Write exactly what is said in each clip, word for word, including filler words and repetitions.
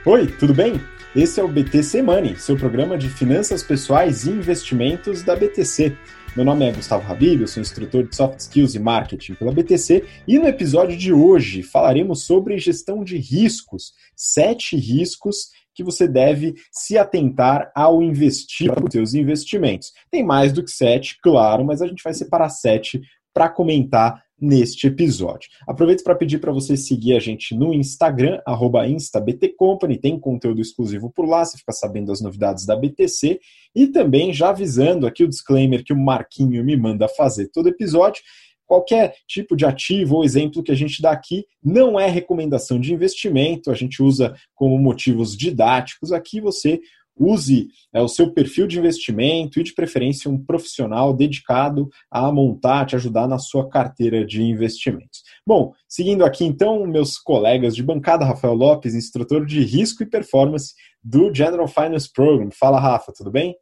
Oi, tudo bem? Esse é o B T C Money, seu programa de finanças pessoais e investimentos da B T C. Meu nome é Gustavo Habib, eu sou instrutor de Soft Skills e Marketing pela B T C e no episódio de hoje falaremos sobre gestão de riscos, sete riscos que você deve se atentar ao investir nos seus investimentos. Tem mais do que sete, claro, mas a gente vai separar sete para comentar neste episódio. Aproveito para pedir para você seguir a gente no Instagram, arroba instabtcompany, tem conteúdo exclusivo por lá, você fica sabendo das novidades da B T C, e também já avisando aqui o disclaimer que o Marquinho me manda fazer todo episódio, qualquer tipo de ativo ou exemplo que a gente dá aqui não é recomendação de investimento, a gente usa como motivos didáticos, aqui você use é, o seu perfil de investimento e, de preferência, um profissional dedicado a montar, te ajudar na sua carteira de investimentos. Bom, seguindo aqui, então, meus colegas de bancada, Rafael Lopes, instrutor de risco e performance do General Finance Program. Fala, Rafa, tudo bem?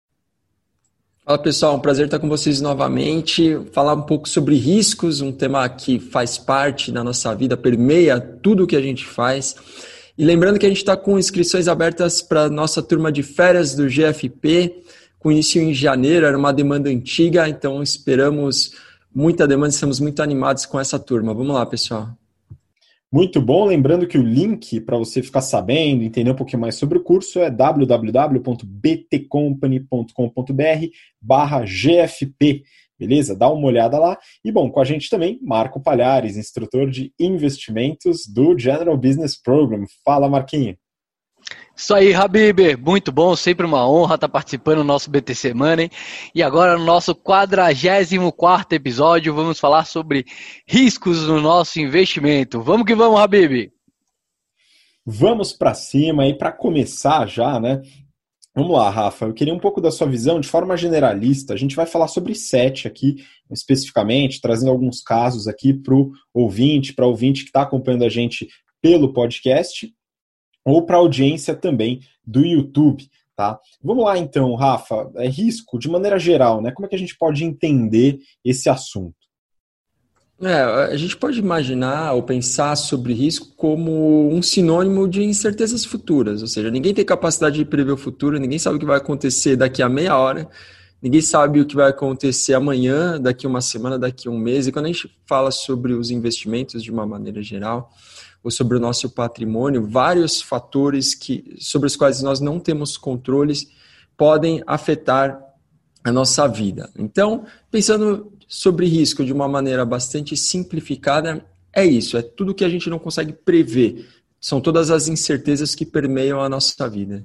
Fala, pessoal, um prazer estar com vocês novamente, falar um pouco sobre riscos, um tema que faz parte da nossa vida, permeia tudo o que a gente faz. E lembrando que a gente está com inscrições abertas para a nossa turma de férias do G F P, com início em janeiro, era uma demanda antiga, então esperamos muita demanda, estamos muito animados com essa turma. Vamos lá, pessoal. Muito bom, lembrando que o link para você ficar sabendo, entender um pouquinho mais sobre o curso é w w w ponto b t company ponto com ponto b r barra G F P. Beleza? Dá uma olhada lá. E, bom, com a gente também, Marco Palhares, instrutor de investimentos do General Business Program. Fala, Marquinho. Isso aí, Habib. Muito bom, sempre uma honra estar participando do nosso B T C Money. E agora, no nosso quadragésimo quarto episódio, vamos falar sobre riscos no nosso investimento. Vamos que vamos, Habib! Vamos para cima. E para começar já, né? Vamos lá, Rafa, eu queria um pouco da sua visão de forma generalista. A gente vai falar sobre sete aqui, especificamente, trazendo alguns casos aqui para o ouvinte, para o ouvinte que está acompanhando a gente pelo podcast, ou para a audiência também do YouTube, tá? Vamos lá então, Rafa, é risco de maneira geral, né? Como é que a gente pode entender esse assunto? É, a gente pode imaginar ou pensar sobre risco como um sinônimo de incertezas futuras, ou seja, ninguém tem capacidade de prever o futuro, ninguém sabe o que vai acontecer daqui a meia hora, ninguém sabe o que vai acontecer amanhã, daqui a uma semana, daqui a um mês, e quando a gente fala sobre os investimentos de uma maneira geral, ou sobre o nosso patrimônio, vários fatores que, sobre os quais nós não temos controles podem afetar a nossa vida. Então, pensando sobre risco de uma maneira bastante simplificada, é isso, é tudo que a gente não consegue prever. São todas as incertezas que permeiam a nossa vida.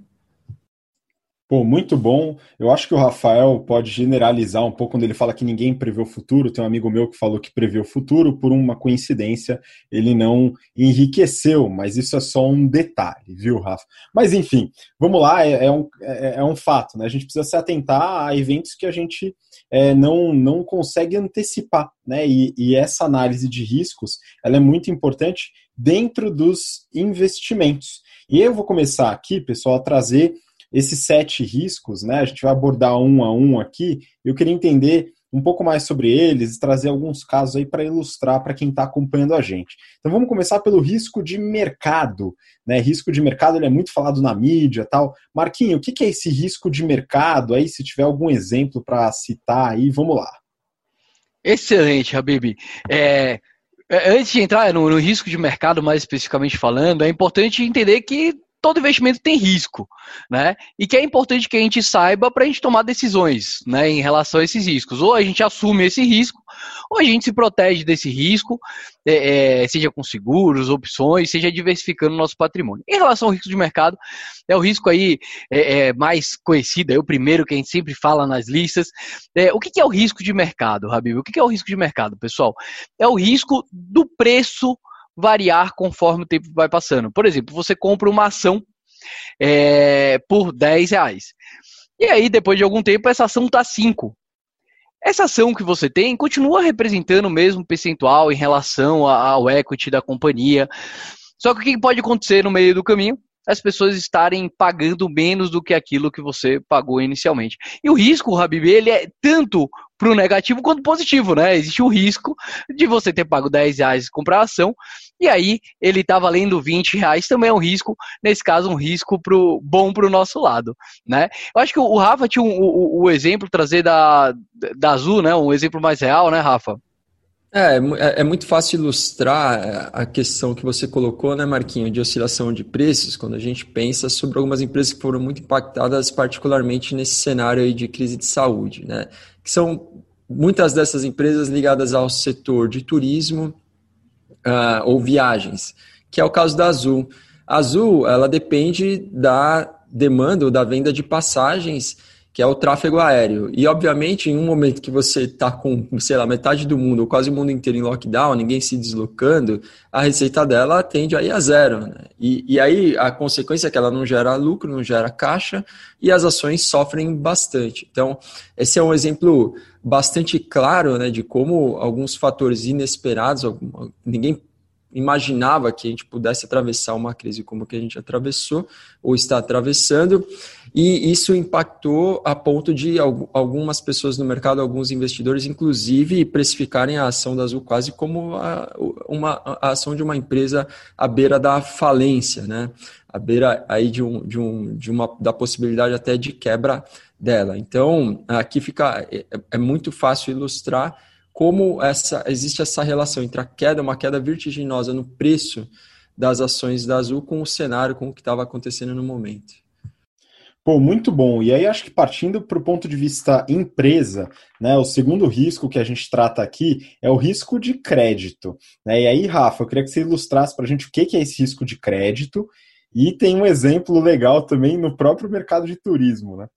Pô, muito bom. Eu acho que o Rafael pode generalizar um pouco quando ele fala que ninguém prevê o futuro. Tem um amigo meu que falou que prevê o futuro, por uma coincidência, ele não enriqueceu, mas isso é só um detalhe, viu, Rafa? Mas enfim, vamos lá, é, é, um, é, é um fato, né? A gente precisa se atentar a eventos que a gente é, não, não consegue antecipar, né? E, e essa análise de riscos, ela é muito importante dentro dos investimentos. E eu vou começar aqui, pessoal, a trazer esses sete riscos, né? A gente vai abordar um a um aqui. Eu queria entender um pouco mais sobre eles e trazer alguns casos aí para ilustrar para quem está acompanhando a gente. Então vamos começar pelo risco de mercado, né? Risco de mercado, ele é muito falado na mídia e tal. Marquinho, o que é esse risco de mercado? Aí, se tiver algum exemplo para citar aí, vamos lá. Excelente, Habib. É, antes de entrar no, no risco de mercado, mais especificamente falando, é importante entender que todo investimento tem risco, né? E que é importante que a gente saiba para a gente tomar decisões, né, em relação a esses riscos. Ou a gente assume esse risco, ou a gente se protege desse risco, é, é, seja com seguros, opções, seja diversificando o nosso patrimônio. Em relação ao risco de mercado, é o risco aí é, é, mais conhecido, é o primeiro que a gente sempre fala nas listas. É, o que, que é o risco de mercado, Habib? O que, que é o risco de mercado, pessoal? É o risco do preço variar conforme o tempo vai passando. Por exemplo, você compra uma ação é, por dez reais. E aí, depois de algum tempo, essa ação está cinco. Essa ação que você tem continua representando o mesmo percentual em relação ao equity da companhia. Só que o que pode acontecer no meio do caminho as pessoas estarem pagando menos do que aquilo que você pagou inicialmente. E o risco, Habib, ele é tanto para o negativo quanto positivo, né? Existe o risco de você ter pago dez reais e comprar a ação, e aí ele está valendo vinte reais, também é um risco, nesse caso um risco pro, bom para o nosso lado, né? Eu acho que o Rafa tinha um, o, o exemplo, trazer da, da Azul, né? Um exemplo mais real, né, Rafa? É, é muito fácil ilustrar a questão que você colocou, né, Marquinho, de oscilação de preços, quando a gente pensa sobre algumas empresas que foram muito impactadas, particularmente nesse cenário aí de crise de saúde, né? Que são muitas dessas empresas ligadas ao setor de turismo uh, ou viagens, que é o caso da Azul. A Azul, ela depende da demanda ou da venda de passagens, que é o tráfego aéreo. E, obviamente, em um momento que você está com, sei lá, metade do mundo, ou quase o mundo inteiro em lockdown, ninguém se deslocando, a receita dela tende a ir a zero, né? E, e aí, a consequência é que ela não gera lucro, não gera caixa, e as ações sofrem bastante. Então, esse é um exemplo bastante claro, né, de como alguns fatores inesperados, algum, ninguém imaginava que a gente pudesse atravessar uma crise como que a gente atravessou ou está atravessando, e isso impactou a ponto de algumas pessoas no mercado, alguns investidores, inclusive, precificarem a ação da Azul quase como a, uma, a ação de uma empresa à beira da falência, né? À beira aí de, um, de, um, de uma, da possibilidade até de quebra dela. Então, aqui fica, é, é muito fácil ilustrar como essa, existe essa relação entre a queda, uma queda vertiginosa no preço das ações da Azul com o cenário, com o que estava acontecendo no momento. Pô, muito bom. E aí acho que partindo para o ponto de vista empresa, né, o segundo risco que a gente trata aqui é o risco de crédito, né? E aí, Rafa, eu queria que você ilustrasse para a gente o que é esse risco de crédito, e tem um exemplo legal também no próprio mercado de turismo, né?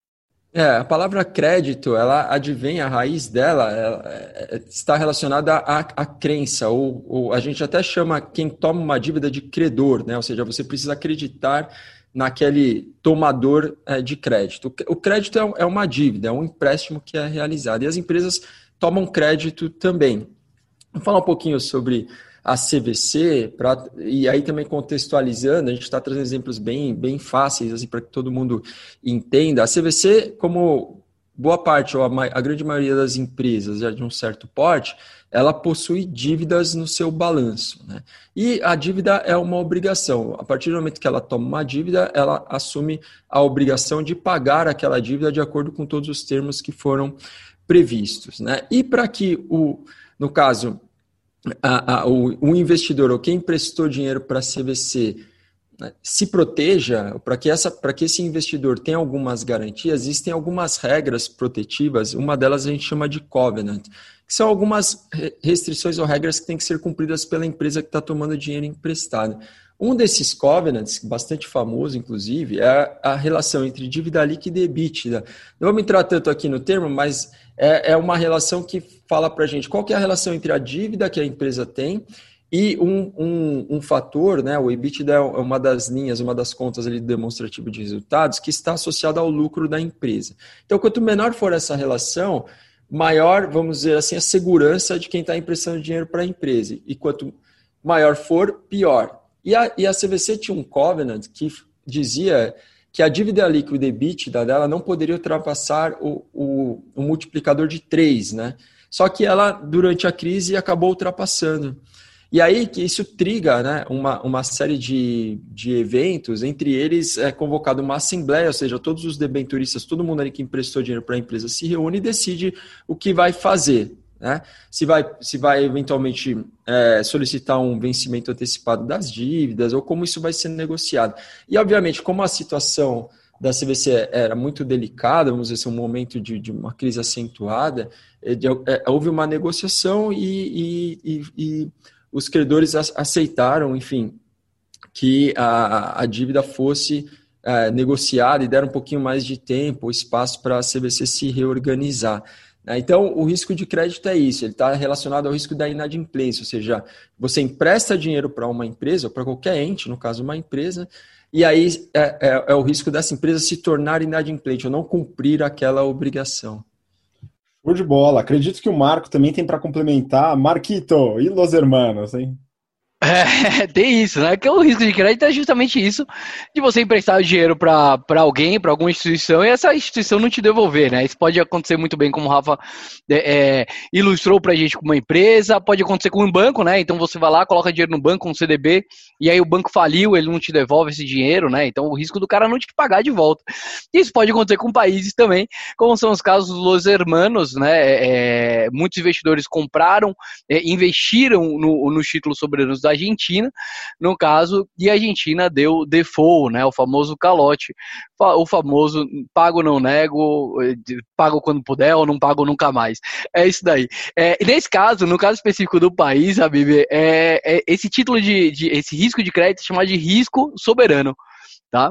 É, a palavra crédito, ela advém, a raiz dela ela está relacionada à, à crença, ou, ou a gente até chama quem toma uma dívida de credor, né? Ou seja, você precisa acreditar naquele tomador é, de crédito. O crédito é, é uma dívida, é um empréstimo que é realizado, e as empresas tomam crédito também. Vou falar um pouquinho sobre a C V C, pra, e aí também contextualizando, a gente está trazendo exemplos bem, bem fáceis assim, para que todo mundo entenda. A C V C, como boa parte, ou a, a grande maioria das empresas já de um certo porte, ela possui dívidas no seu balanço, né? E a dívida é uma obrigação. A partir do momento que ela toma uma dívida, ela assume a obrigação de pagar aquela dívida de acordo com todos os termos que foram previstos, né? E para que, o, no caso, A, a, o, o investidor ou quem emprestou dinheiro para a C V C, né, se proteja, para que, essa, para que esse investidor tenha algumas garantias, existem algumas regras protetivas, uma delas a gente chama de covenant, que são algumas restrições ou regras que têm que ser cumpridas pela empresa que está tomando dinheiro emprestado. Um desses covenants, bastante famoso inclusive, é a relação entre dívida líquida e EBITDA. Não vamos entrar tanto aqui no termo, mas é, é uma relação que fala para a gente qual que é a relação entre a dívida que a empresa tem e um, um, um fator, né? O EBITDA é uma das linhas, uma das contas ali do demonstrativo de resultados que está associada ao lucro da empresa. Então, quanto menor for essa relação, maior, vamos dizer assim, a segurança de quem está emprestando dinheiro para a empresa. E quanto maior for, pior. E a, e a C V C tinha um covenant que dizia que a dívida líquida EBITDA dela não poderia ultrapassar o, o, o multiplicador de três, né? Só que ela, durante a crise, acabou ultrapassando. E aí que isso triga, né, uma, uma série de, de eventos, entre eles é convocada uma assembleia, ou seja, todos os debenturistas, todo mundo ali que emprestou dinheiro para a empresa se reúne e decide o que vai fazer, né? Se vai, se vai eventualmente é, solicitar um vencimento antecipado das dívidas ou como isso vai ser negociado. E, obviamente, como a situação da C V C era muito delicada, vamos dizer assim, um momento de, de uma crise acentuada, é, de, é, houve uma negociação e, e, e, e os credores aceitaram, enfim, que a, a dívida fosse é, negociada e deram um pouquinho mais de tempo, espaço para a C V C se reorganizar. Então, o risco de crédito é isso, ele está relacionado ao risco da inadimplência, ou seja, você empresta dinheiro para uma empresa, ou para qualquer ente, no caso uma empresa, e aí é, é, é o risco dessa empresa se tornar inadimplente, ou não cumprir aquela obrigação. Show de bola. Acredito que o Marco também tem para complementar. Marquito, e los hermanos, hein? É, tem isso, né? Que o risco de crédito é justamente isso, de você emprestar dinheiro para alguém, para alguma instituição, e essa instituição não te devolver, né? Isso pode acontecer muito bem, como o Rafa é, é, ilustrou pra gente com uma empresa, pode acontecer com um banco, né? Então você vai lá, coloca dinheiro no banco, um C D B, e aí o banco faliu, ele não te devolve esse dinheiro, né? Então o risco do cara não te pagar de volta. Isso pode acontecer com países também, como são os casos dos Los Hermanos, né? É, muitos investidores compraram, é, investiram no, nos títulos soberanos da Argentina, no caso, e a Argentina deu default, né, o famoso calote, o famoso pago não nego, pago quando puder ou não pago nunca mais. É isso daí. É, nesse caso, no caso específico do país, Habib, é, é esse título de, de, esse risco de crédito é chamado de risco soberano, tá?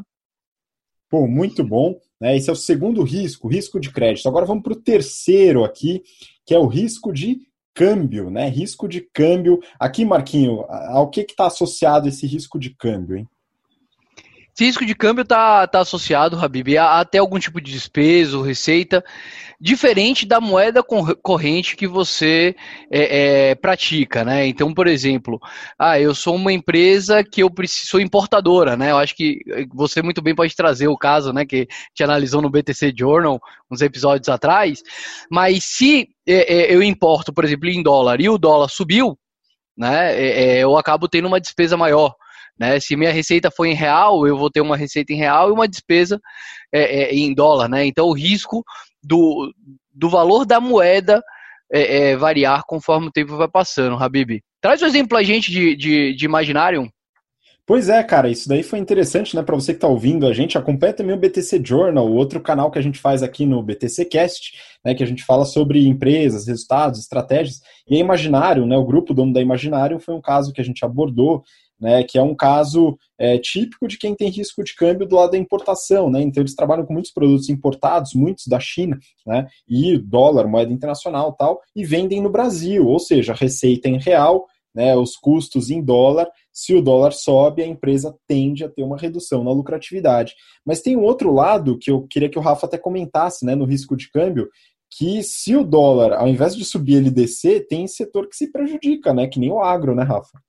Pô, muito bom. Né? Esse é o segundo risco, risco de crédito. Agora vamos para o terceiro aqui, que é o risco de câmbio, né? Risco de câmbio. Aqui, Marquinho, ao que está associado esse risco de câmbio, hein? Esse risco de câmbio está tá associado, Habib, a até algum tipo de despesa ou receita, diferente da moeda corrente que você é, é, pratica, né? Então, por exemplo, ah, eu sou uma empresa que eu preciso, sou importadora, né? Eu acho que você muito bem pode trazer o caso, né, que te analisou no B T C Journal uns episódios atrás, mas se é, é, eu importo, por exemplo, em dólar e o dólar subiu, né, é, eu acabo tendo uma despesa maior. Né? Se minha receita for em real, eu vou ter uma receita em real e uma despesa é, é, em dólar. Né? Então, o risco do, do valor da moeda é, é, variar conforme o tempo vai passando, Habib. Traz um exemplo a gente de, de, de Imaginarium. Pois é, cara, isso daí foi interessante, né, para você que está ouvindo a gente. Acompanha também o B T C Journal, outro canal que a gente faz aqui no B T C Cast, né, que a gente fala sobre empresas, resultados, estratégias. E a Imaginarium, né, o grupo dono da Imaginarium, foi um caso que a gente abordou, né, que é um caso é, típico de quem tem risco de câmbio do lado da importação, né? Então eles trabalham com muitos produtos importados, muitos da China, né, e dólar, moeda internacional, tal, e vendem no Brasil, ou seja, receita em real, né, os custos em dólar. Se o dólar sobe, a empresa tende a ter uma redução na lucratividade. Mas tem um outro lado que eu queria que o Rafa até comentasse, né, no risco de câmbio, que se o dólar, ao invés de subir, ele descer, tem setor que se prejudica, né, que nem o agro, né, Rafa?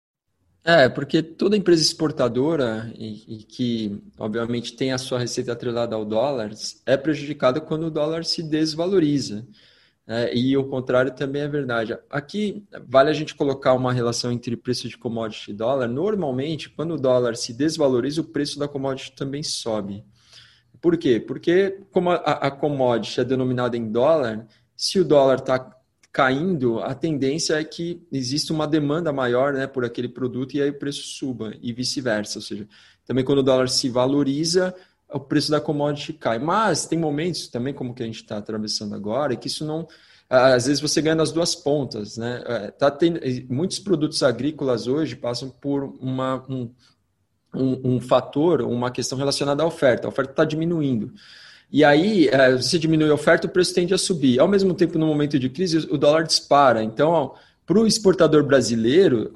É, porque toda empresa exportadora e, e que, obviamente, tem a sua receita atrelada ao dólar, é prejudicada quando o dólar se desvaloriza. É, e o contrário também é verdade. Aqui, vale a gente colocar uma relação entre preço de commodity e dólar. Normalmente, quando o dólar se desvaloriza, o preço da commodity também sobe. Por quê? Porque como a, a commodity é denominada em dólar, se o dólar está caindo, a tendência é que exista uma demanda maior, né, por aquele produto e aí o preço suba e vice-versa. Ou seja, também quando o dólar se valoriza, o preço da commodity cai. Mas tem momentos também, como que a gente está atravessando agora, que isso não... Às vezes você ganha nas duas pontas, né? Tá tendo, muitos produtos agrícolas hoje passam por uma, um, um, um fator, uma questão relacionada à oferta. A oferta está diminuindo. E aí, você diminui a oferta, o preço tende a subir. Ao mesmo tempo, no momento de crise, o dólar dispara. Então, para o exportador brasileiro,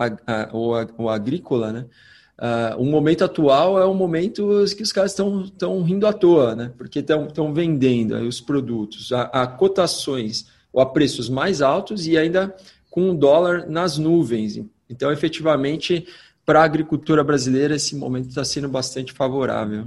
ou agrícola, né, o momento atual é um momento que os caras estão rindo à toa, né, porque estão vendendo aí os produtos a, a cotações ou a preços mais altos e ainda com o dólar nas nuvens. Então, efetivamente, para a agricultura brasileira, esse momento está sendo bastante favorável.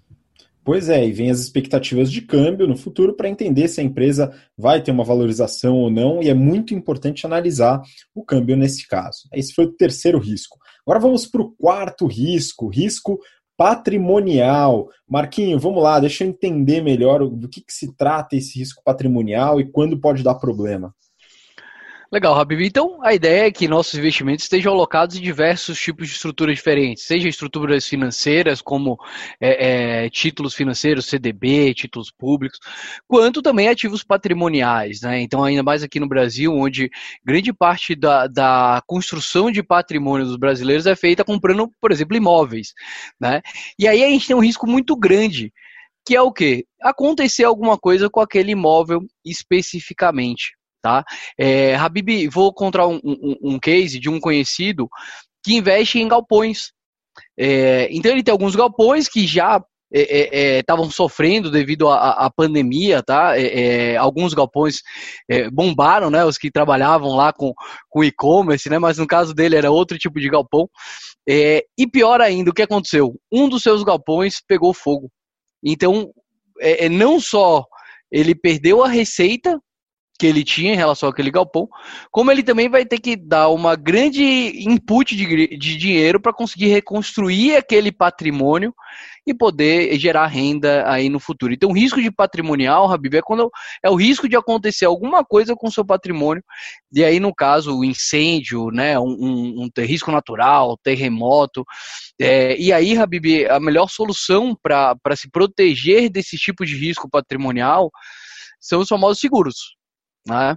Pois é, e vem as expectativas de câmbio no futuro para entender se a empresa vai ter uma valorização ou não, e é muito importante analisar o câmbio nesse caso. Esse foi o terceiro risco. Agora vamos para o quarto risco, risco patrimonial. Marquinho, vamos lá, deixa eu entender melhor do que, que se trata esse risco patrimonial e quando pode dar problema. Legal, Habib. Então, a ideia é que nossos investimentos estejam alocados em diversos tipos de estruturas diferentes, seja estruturas financeiras, como é, é, títulos financeiros, C D B, títulos públicos, quanto também ativos patrimoniais, né? Então, ainda mais aqui no Brasil, onde grande parte da, da construção de patrimônio dos brasileiros é feita comprando, por exemplo, imóveis, né? E aí a gente tem um risco muito grande, que é o quê? Acontecer alguma coisa com aquele imóvel especificamente. Tá? É, Habib, vou contar um, um, um case de um conhecido que investe em galpões. É, então ele tem alguns galpões que já estavam é, é, sofrendo devido à, à pandemia, tá? É, é, alguns galpões é, bombaram, né? Os que trabalhavam lá com, com e-commerce, né? Mas no caso dele era outro tipo de galpão. É, e pior ainda, o que aconteceu? Um dos seus galpões pegou fogo. Então, é, é, não só ele perdeu a receita que ele tinha em relação àquele galpão, como ele também vai ter que dar uma grande input de, de dinheiro para conseguir reconstruir aquele patrimônio e poder gerar renda aí no futuro. Então, o risco de patrimonial, Habib, é quando é o risco de acontecer alguma coisa com o seu patrimônio, e aí, no caso, o incêndio, né, um, um, um risco natural, terremoto, é, e aí, Habib, a melhor solução para se proteger desse tipo de risco patrimonial são os famosos seguros. Ah.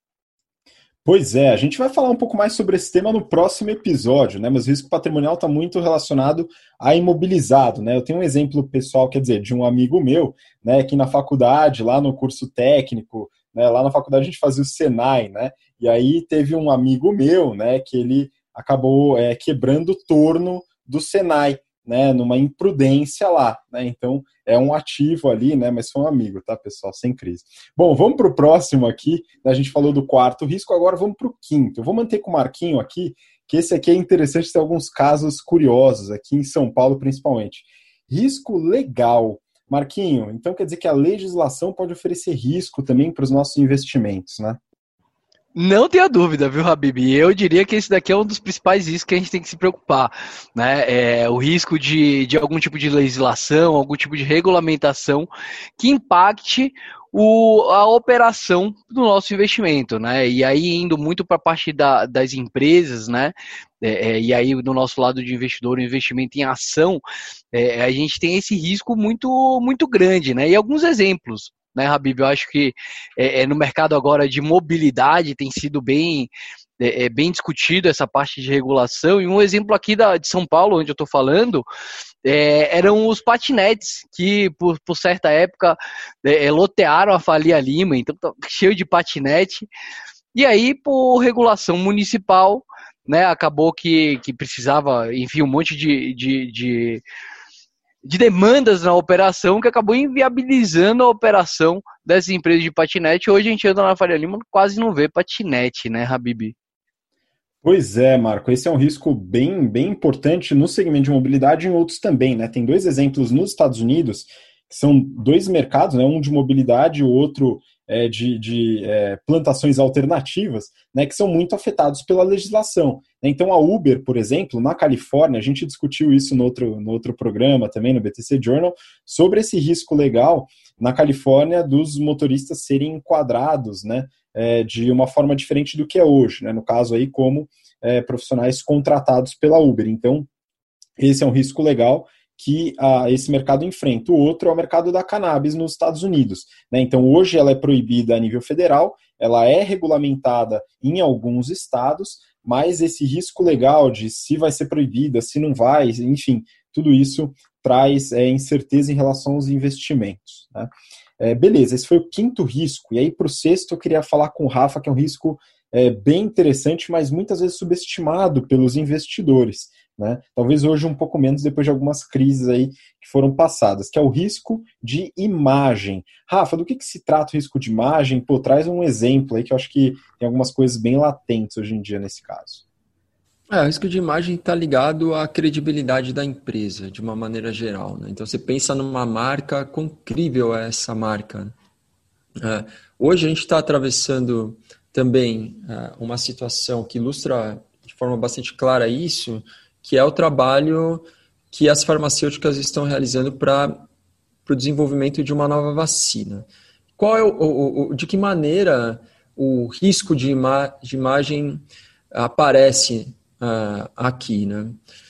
Pois é, a gente vai falar um pouco mais sobre esse tema no próximo episódio, né? Mas o risco patrimonial está muito relacionado a imobilizado, né? Eu tenho um exemplo pessoal, quer dizer, de um amigo meu, né? Que na faculdade, lá no curso técnico, né? Lá na faculdade a gente fazia o Senai, né? E aí teve um amigo meu, né? Que ele acabou é, quebrando o torno do Senai, né, numa imprudência lá, né, então é um ativo ali, né, mas foi um amigo, tá, pessoal, sem crise. Bom, vamos para o próximo aqui, né, a gente falou do quarto risco, agora vamos para o quinto. Eu vou manter com o Marquinho aqui, que esse aqui é interessante, tem alguns casos curiosos aqui em São Paulo, principalmente. Risco legal. Marquinho, então quer dizer que a legislação pode oferecer risco também para os nossos investimentos, né? Não tenha dúvida, viu, Habib? Eu diria que esse daqui é um dos principais riscos que a gente tem que se preocupar, né? É o risco de, de algum tipo de legislação, algum tipo de regulamentação que impacte o, a operação do nosso investimento, né? E aí indo muito para a parte da, das empresas, né? É, é, e aí do nosso lado de investidor, o investimento em ação, é, a gente tem esse risco muito, muito grande, né? E alguns exemplos, né, Habib? Eu acho que é, no mercado agora de mobilidade tem sido bem, é, bem discutido essa parte de regulação, e um exemplo aqui da, de São Paulo, onde eu estou falando, é, eram os patinetes, que por, por certa época é, lotearam a Faria Lima, então tá cheio de patinete, e aí por regulação municipal, né, acabou que, que precisava, enfim, um monte de, de, de de demandas na operação que acabou inviabilizando a operação dessas empresas de patinete. Hoje a gente anda na Faria Lima, quase não vê patinete, né, Habib? Pois é, Marco, esse é um risco bem, bem importante no segmento de mobilidade e em outros também, né? Tem dois exemplos nos Estados Unidos, que são dois mercados, né? Um de mobilidade e o outro é, de, de é, plantações alternativas, né? Que são muito afetados pela legislação. Então a Uber, por exemplo, na Califórnia, a gente discutiu isso no outro, no outro programa também, no B T C Journal, sobre esse risco legal na Califórnia dos motoristas serem enquadrados, né? É, de uma forma diferente do que é hoje, né? No caso aí como é, profissionais contratados pela Uber. Então, esse é um risco legal que ah, esse mercado enfrenta. O outro é o mercado da cannabis nos Estados Unidos, né? Então, hoje ela é proibida a nível federal, ela é regulamentada em alguns estados, mas esse risco legal de se vai ser proibida, se não vai, enfim, tudo isso traz é, incerteza em relação aos investimentos, né? É, beleza, esse foi o quinto risco. E aí, para o sexto, eu queria falar com o Rafa, que é um risco é, bem interessante, mas muitas vezes subestimado pelos investidores, né? Talvez hoje um pouco menos, depois de algumas crises aí que foram passadas, que é o risco de imagem. Rafa, do que, que se trata o risco de imagem? Pô, traz um exemplo aí, que eu acho que tem algumas coisas bem latentes hoje em dia nesse caso. É, o risco de imagem está ligado à credibilidade da empresa, de uma maneira geral, né? Então, você pensa numa marca, quão incrível é essa marca, né? É, hoje a gente está atravessando também é, uma situação que ilustra de forma bastante clara isso, que é o trabalho que as farmacêuticas estão realizando para o desenvolvimento de uma nova vacina. Qual é o, o, o, de que maneira o risco de, ima, de imagem aparece Uh, aqui, né?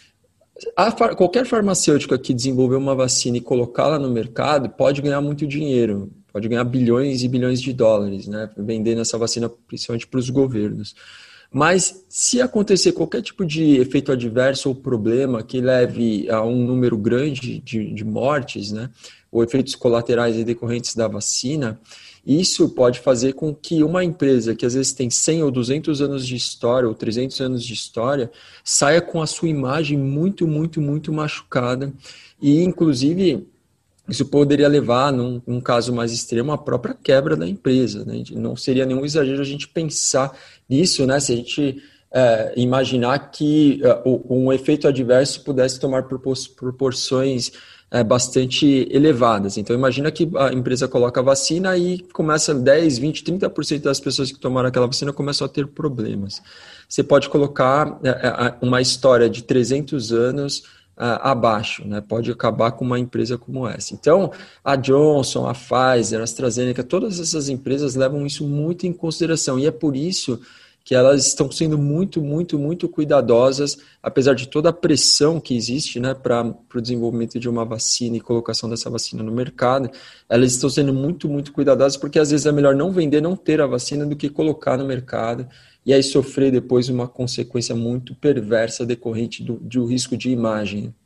A far... Qualquer farmacêutica que desenvolver uma vacina e colocá-la no mercado pode ganhar muito dinheiro, pode ganhar bilhões e bilhões de dólares, né? Vendendo essa vacina principalmente para os governos. Mas se acontecer qualquer tipo de efeito adverso ou problema que leve a um número grande de, de mortes, né? Ou efeitos colaterais decorrentes da vacina, isso pode fazer com que uma empresa que às vezes tem cem ou duzentos anos de história ou trezentos anos de história saia com a sua imagem muito, muito, muito machucada e, inclusive, isso poderia levar, num, num caso mais extremo, à própria quebra da empresa, né? Não seria nenhum exagero a gente pensar nisso, né? Se a gente é, imaginar que uh, um efeito adverso pudesse tomar proporções é, bastante elevadas. Então, imagina que a empresa coloca a vacina e começa dez, vinte, trinta por cento das pessoas que tomaram aquela vacina começam a ter problemas. Você pode colocar é, uma história de trezentos anos Uh, abaixo, né? Pode acabar com uma empresa como essa. Então, a Johnson, a Pfizer, a AstraZeneca, todas essas empresas levam isso muito em consideração e é por isso que elas estão sendo muito, muito, muito cuidadosas, apesar de toda a pressão que existe, né, para o desenvolvimento de uma vacina e colocação dessa vacina no mercado, elas estão sendo muito, muito cuidadosas porque às vezes é melhor não vender, não ter a vacina do que colocar no mercado e aí sofrer depois uma consequência muito perversa decorrente do, do risco de imagem.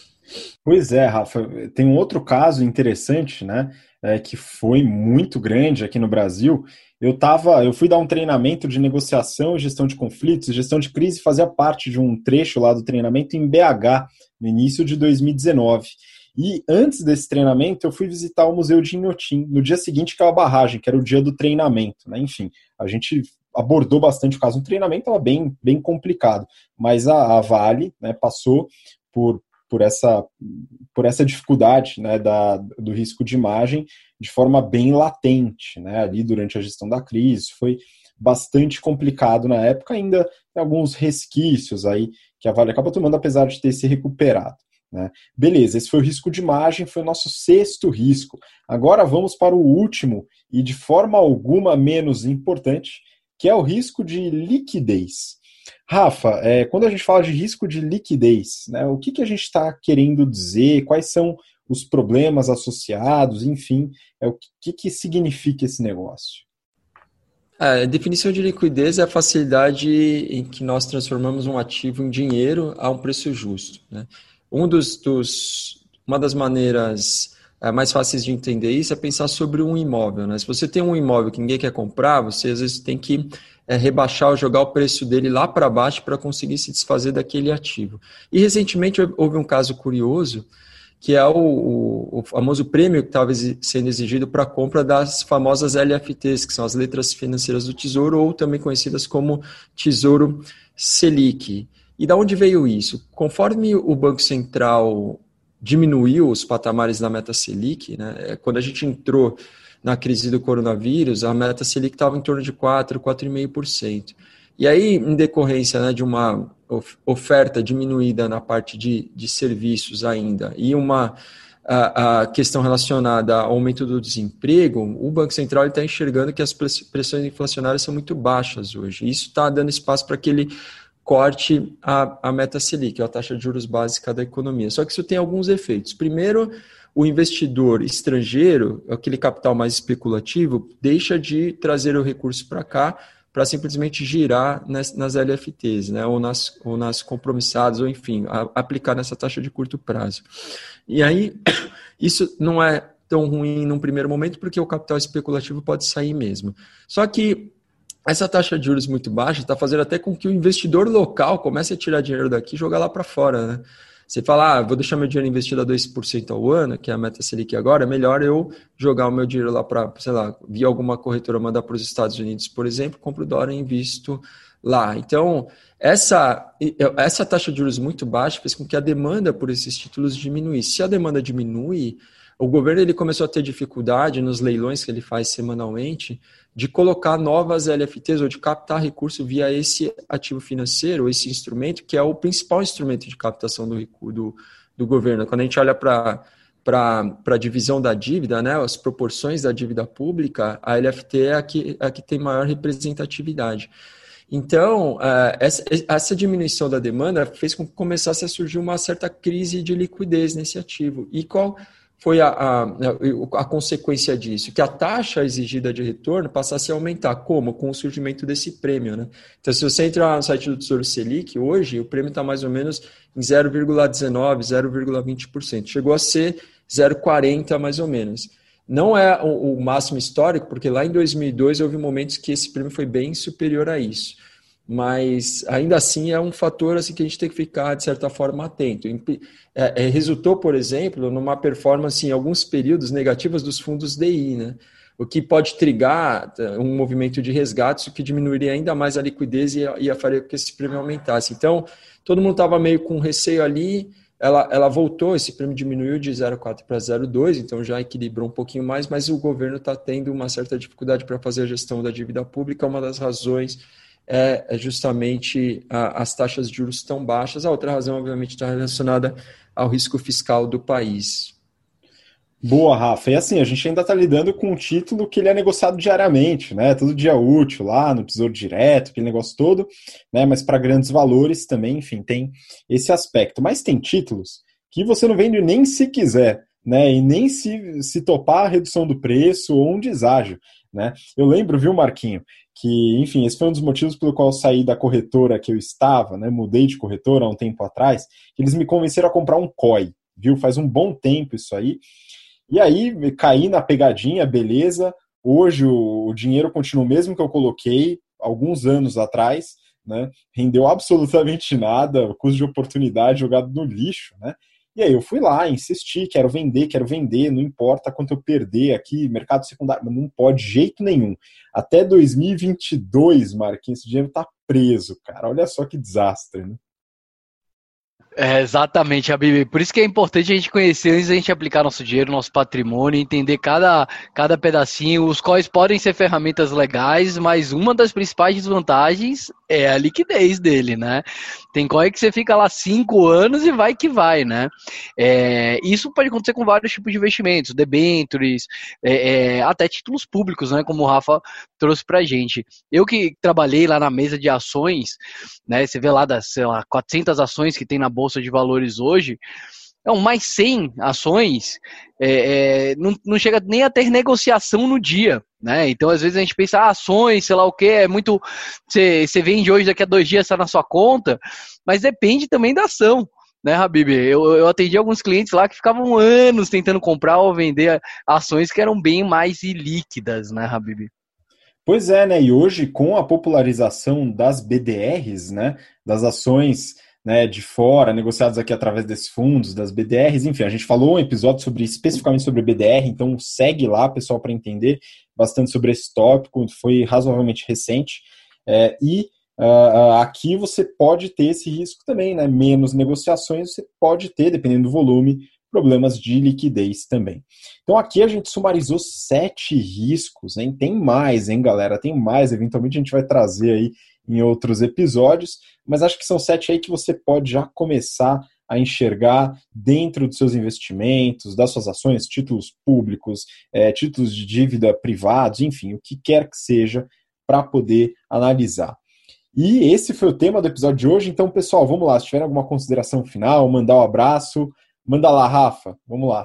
Pois é, Rafa, tem um outro caso interessante, né, é, que foi muito grande aqui no Brasil. Eu tava, eu fui dar um treinamento de negociação, gestão de conflitos, gestão de crise, fazia parte de um trecho lá do treinamento em B H, no início de dois mil e dezenove. E antes desse treinamento, eu fui visitar o Museu de Inhotim, no dia seguinte que era a barragem, que era o dia do treinamento, né? Enfim, a gente abordou bastante o caso. O treinamento estava bem, bem complicado, mas a, a Vale, né, passou por, por, essa, por essa dificuldade, né, da, do risco de imagem de forma bem latente, né, ali durante a gestão da crise. Foi bastante complicado na época, ainda tem alguns resquícios aí que a Vale acaba tomando, apesar de ter se recuperado. Né? Beleza, esse foi o risco de imagem, foi o nosso sexto risco. Agora vamos para o último e de forma alguma menos importante, que é o risco de liquidez. Rafa, é, quando a gente fala de risco de liquidez, né, o que, que a gente está querendo dizer, quais são os problemas associados, enfim, é, o que, que significa esse negócio? A definição de liquidez é a facilidade em que nós transformamos um ativo em dinheiro a um preço justo, né? Um dos, dos, uma das maneiras é, mais fáceis de entender isso é pensar sobre um imóvel, né? Se você tem um imóvel que ninguém quer comprar, você às vezes tem que é, rebaixar ou jogar o preço dele lá para baixo para conseguir se desfazer daquele ativo. E recentemente houve um caso curioso, que é o, o, o famoso prêmio que estava sendo exigido para a compra das famosas L F Ts, que são as letras financeiras do Tesouro, ou também conhecidas como Tesouro Selic. E da onde veio isso? Conforme o Banco Central diminuiu os patamares da meta Selic, né, quando a gente entrou na crise do coronavírus, a meta Selic estava em torno de quatro, quatro vírgula cinco por cento. E aí, em decorrência, né, de uma oferta diminuída na parte de, de serviços ainda e uma a, a questão relacionada ao aumento do desemprego, o Banco Central está enxergando que as pressões inflacionárias são muito baixas hoje. Isso está dando espaço para que ele corte a, a meta Selic, a taxa de juros básica da economia. Só que isso tem alguns efeitos. Primeiro, o investidor estrangeiro, aquele capital mais especulativo, deixa de trazer o recurso para cá para simplesmente girar nas, nas L F Ts, né, ou, nas, ou nas compromissadas, ou enfim, a, aplicar nessa taxa de curto prazo. E aí, isso não é tão ruim num primeiro momento, porque o capital especulativo pode sair mesmo. Só que essa taxa de juros muito baixa está fazendo até com que o investidor local comece a tirar dinheiro daqui e jogar lá para fora, né? Você fala, ah, vou deixar meu dinheiro investido a dois por cento ao ano, que é a meta Selic agora, é melhor eu jogar o meu dinheiro lá para, sei lá, via alguma corretora mandar para os Estados Unidos, por exemplo, compro dólar e invisto lá. Então, essa, essa taxa de juros muito baixa fez com que a demanda por esses títulos diminuísse. Se a demanda diminui, o governo ele começou a ter dificuldade nos leilões que ele faz semanalmente de colocar novas L F Ts ou de captar recurso via esse ativo financeiro, esse instrumento, que é o principal instrumento de captação do, do, do governo. Quando a gente olha para para a divisão da dívida, né, as proporções da dívida pública, a L F T é a que, a que tem maior representatividade. Então, essa, essa diminuição da demanda fez com que começasse a surgir uma certa crise de liquidez nesse ativo. E qual foi a, a, a consequência disso? Que a taxa exigida de retorno passasse a aumentar. Como? Com o surgimento desse prêmio, né? Então, se você entrar no site do Tesouro Selic, hoje o prêmio está mais ou menos em zero vírgula dezenove, zero vírgula vinte por cento. Chegou a ser zero vírgula quarenta mais ou menos. Não é o, o máximo histórico, porque lá em dois mil e dois houve momentos que esse prêmio foi bem superior a isso. mas ainda assim é um fator assim, que a gente tem que ficar, de certa forma, atento. É, é, resultou, por exemplo, numa performance em alguns períodos negativas dos fundos D I, né? O que pode trigar um movimento de resgates, o que diminuiria ainda mais a liquidez e, e faria com que esse prêmio aumentasse. Então, todo mundo estava meio com receio ali, ela, ela voltou, esse prêmio diminuiu de zero vírgula quatro para zero vírgula dois, então já equilibrou um pouquinho mais, mas o governo está tendo uma certa dificuldade para fazer a gestão da dívida pública. Uma das razões é, é justamente a, as taxas de juros tão baixas. A outra razão, obviamente, está relacionada ao risco fiscal do país. Boa, Rafa. E assim, a gente ainda está lidando com um título que ele é negociado diariamente, né? Todo dia útil lá no Tesouro Direto, aquele negócio todo, né? Mas para grandes valores também, enfim, tem esse aspecto. Mas tem títulos que você não vende nem se quiser, né? E nem se, se topar a redução do preço ou um deságio, né? Eu lembro, viu, Marquinho, que, enfim, esse foi um dos motivos pelo qual eu saí da corretora que eu estava, né? Mudei de corretora há um tempo atrás, que eles me convenceram a comprar um C O I, viu? Faz um bom tempo isso aí. E aí, caí na pegadinha, beleza. Hoje o, o dinheiro continua o mesmo que eu coloquei alguns anos atrás, né? Rendeu absolutamente nada, custo de oportunidade jogado no lixo, né? E aí eu fui lá, insisti, quero vender, quero vender, não importa quanto eu perder aqui, mercado secundário, não pode de jeito nenhum. Até dois mil e vinte e dois, Marquinhos, esse dinheiro tá preso, cara. Olha só que desastre, né? É, exatamente, Habib. Por isso que é importante a gente conhecer antes da gente aplicar nosso dinheiro, nosso patrimônio, entender cada, cada pedacinho. Os C O Is podem ser ferramentas legais, mas uma das principais desvantagens é a liquidez dele, né? Tem C O I que você fica lá cinco anos e vai que vai, né? É, isso pode acontecer com vários tipos de investimentos, debêntures, é, é, até títulos públicos, né? Como o Rafa trouxe pra gente. Eu que trabalhei lá na mesa de ações, né? Você vê lá das, sei lá, quatrocentas ações que tem na Bolsa de Valores hoje, então, mais cem ações é, é, não, não chega nem a ter negociação no dia, né? Então, às vezes a gente pensa, ah, ações, sei lá o que, é muito. Você, você vende hoje, daqui a dois dias está na sua conta, mas depende também da ação, né, Habib? Eu, eu atendi alguns clientes lá que ficavam anos tentando comprar ou vender ações que eram bem mais ilíquidas, né, Habib? Pois é, né? E hoje, com a popularização das B D Rs, né, das ações, né, de fora, negociadas aqui através desses fundos, das B D Rs, enfim, a gente falou um episódio sobre, especificamente sobre B D R, então segue lá, pessoal, para entender bastante sobre esse tópico, foi razoavelmente recente, é, e uh, aqui você pode ter esse risco também, né, menos negociações, você pode ter, dependendo do volume, problemas de liquidez também. Então aqui a gente sumarizou sete riscos, hein? Tem mais, hein, galera? Tem mais, eventualmente a gente vai trazer aí em outros episódios, mas acho que são sete aí que você pode já começar a enxergar dentro dos seus investimentos, das suas ações, títulos públicos, é, títulos de dívida privados, enfim, o que quer que seja, para poder analisar. E esse foi o tema do episódio de hoje, então, pessoal, vamos lá, se tiver alguma consideração final, mandar um abraço, manda lá, Rafa, vamos lá.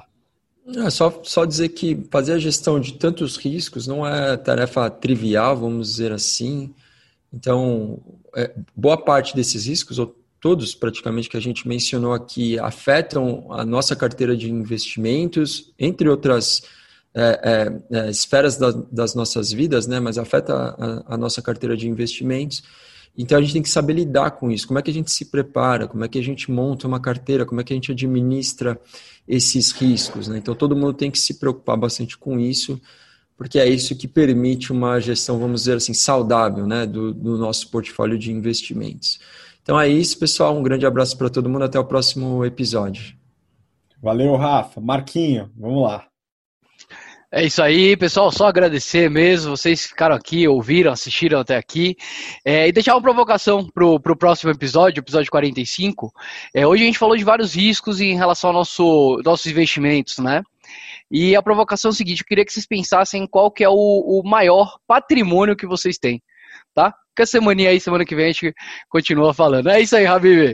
É só, só dizer que fazer a gestão de tantos riscos não é tarefa trivial, vamos dizer assim. Então, é, boa parte desses riscos, ou todos praticamente que a gente mencionou aqui, afetam a nossa carteira de investimentos, entre outras é, é, é, esferas da, das nossas vidas, né? Mas afeta a, a nossa carteira de investimentos. Então, a gente tem que saber lidar com isso. Como é que a gente se prepara? Como é que a gente monta uma carteira? Como é que a gente administra esses riscos, né? Então, todo mundo tem que se preocupar bastante com isso, porque é isso que permite uma gestão, vamos dizer assim, saudável, né, do, do nosso portfólio de investimentos. Então é isso, pessoal. Um grande abraço para todo mundo. Até o próximo episódio. Valeu, Rafa. Marquinho, vamos lá. É isso aí, pessoal, só agradecer mesmo, vocês ficaram aqui, ouviram, assistiram até aqui, é, e deixar uma provocação pro, pro próximo episódio, episódio quarenta e cinco. É, hoje a gente falou de vários riscos em relação ao nosso, nossos investimentos, né? E a provocação é o seguinte, eu queria que vocês pensassem qual que é o, o maior patrimônio que vocês têm, tá? Porque a semaninha aí, semana que vem a gente continua falando. É isso aí, Habib.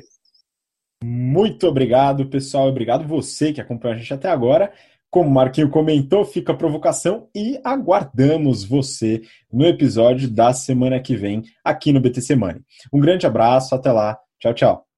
Muito obrigado, pessoal, obrigado você que acompanhou a gente até agora. Como o Marquinho comentou, fica a provocação e aguardamos você no episódio da semana que vem aqui no B T C Money. Um grande abraço, até lá. Tchau, tchau.